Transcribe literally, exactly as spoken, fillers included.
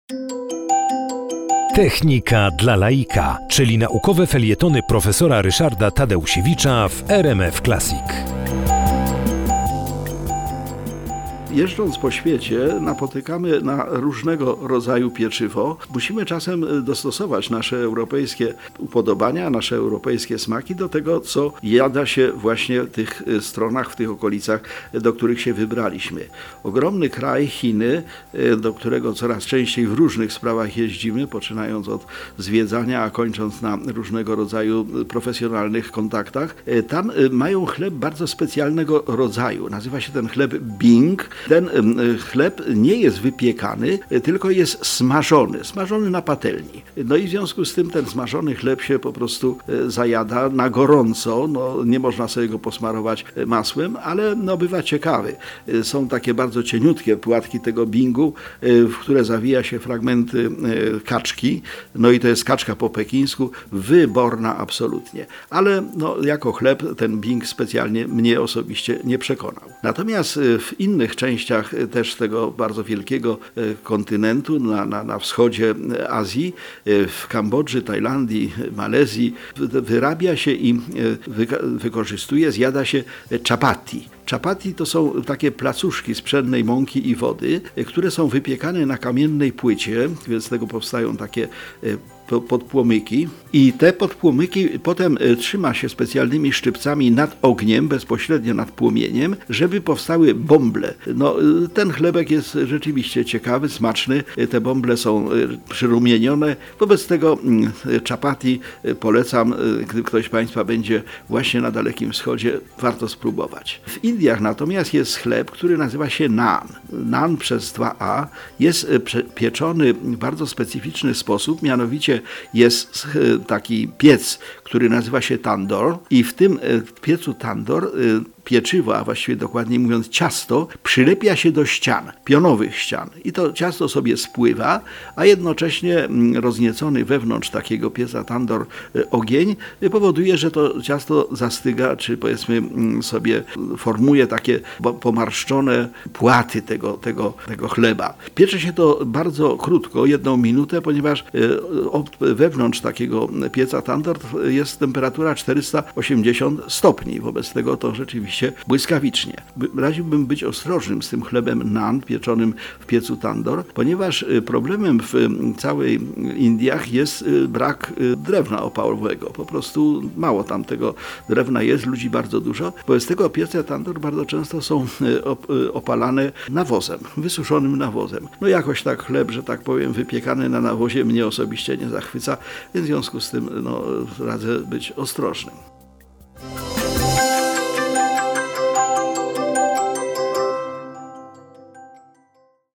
Technika dla laika, czyli naukowe felietony profesora Ryszarda Tadeusiewicza w R M F Classic. Jeżdżąc po świecie, napotykamy na różnego rodzaju pieczywo. Musimy czasem dostosować nasze europejskie upodobania, nasze europejskie smaki do tego, co jada się właśnie w tych stronach, w tych okolicach, do których się wybraliśmy. Ogromny kraj, Chiny, do którego coraz częściej w różnych sprawach jeździmy, poczynając od zwiedzania, a kończąc na różnego rodzaju profesjonalnych kontaktach. Tam mają chleb bardzo specjalnego rodzaju. Nazywa się ten chleb Bing. Ten chleb nie jest wypiekany, tylko jest smażony, smażony na patelni. No i w związku z tym ten smażony chleb się po prostu zajada na gorąco. No, nie można sobie go posmarować masłem, ale no, bywa ciekawy. Są takie bardzo cieniutkie płatki tego bingu, w które zawija się fragmenty kaczki. No i to jest kaczka po pekińsku, wyborna absolutnie. Ale no, jako chleb ten bing specjalnie mnie osobiście nie przekonał. Natomiast w innych częściach też tego bardzo wielkiego kontynentu, na, na, na wschodzie Azji, w Kambodży, Tajlandii, Malezji, wyrabia się i wy, wykorzystuje, zjada się chapati. Chapati to są takie placuszki z pszennej mąki i wody, które są wypiekane na kamiennej płycie, więc z tego powstają takie podpłomyki i te podpłomyki potem trzyma się specjalnymi szczypcami nad ogniem, bezpośrednio nad płomieniem, żeby powstały bąble. No, ten chlebek jest rzeczywiście ciekawy, smaczny, te bąble są przyrumienione, wobec tego chapati polecam, gdy ktoś z Państwa będzie właśnie na Dalekim Wschodzie, warto spróbować. W Indiach natomiast jest chleb, który nazywa się naan. Naan przez dwa a jest pieczony w bardzo specyficzny sposób, mianowicie jest taki piec, który nazywa się tandoor i w tym piecu tandoor pieczywo, a właściwie dokładniej mówiąc ciasto, przylepia się do ścian, pionowych ścian. I to ciasto sobie spływa, a jednocześnie rozniecony wewnątrz takiego pieca tandoor ogień powoduje, że to ciasto zastyga, czy powiedzmy sobie formuje takie pomarszczone płaty tego, tego, tego chleba. Piecze się to bardzo krótko, jedną minutę, ponieważ wewnątrz takiego pieca tandoor jest temperatura czterysta osiemdziesiąt stopni. Wobec tego to rzeczywiście błyskawicznie. Radziłbym być ostrożnym z tym chlebem naan pieczonym w piecu tandoor, ponieważ problemem w całej Indiach jest brak drewna opałowego. Po prostu mało tam tego drewna jest, ludzi bardzo dużo. Wobec tego piece tandoor bardzo często są opalane nawozem, wysuszonym nawozem. No jakoś tak chleb, że tak powiem, wypiekany na nawozie mnie osobiście nie zachwyca, więc w związku z tym no, radzę być ostrożnym.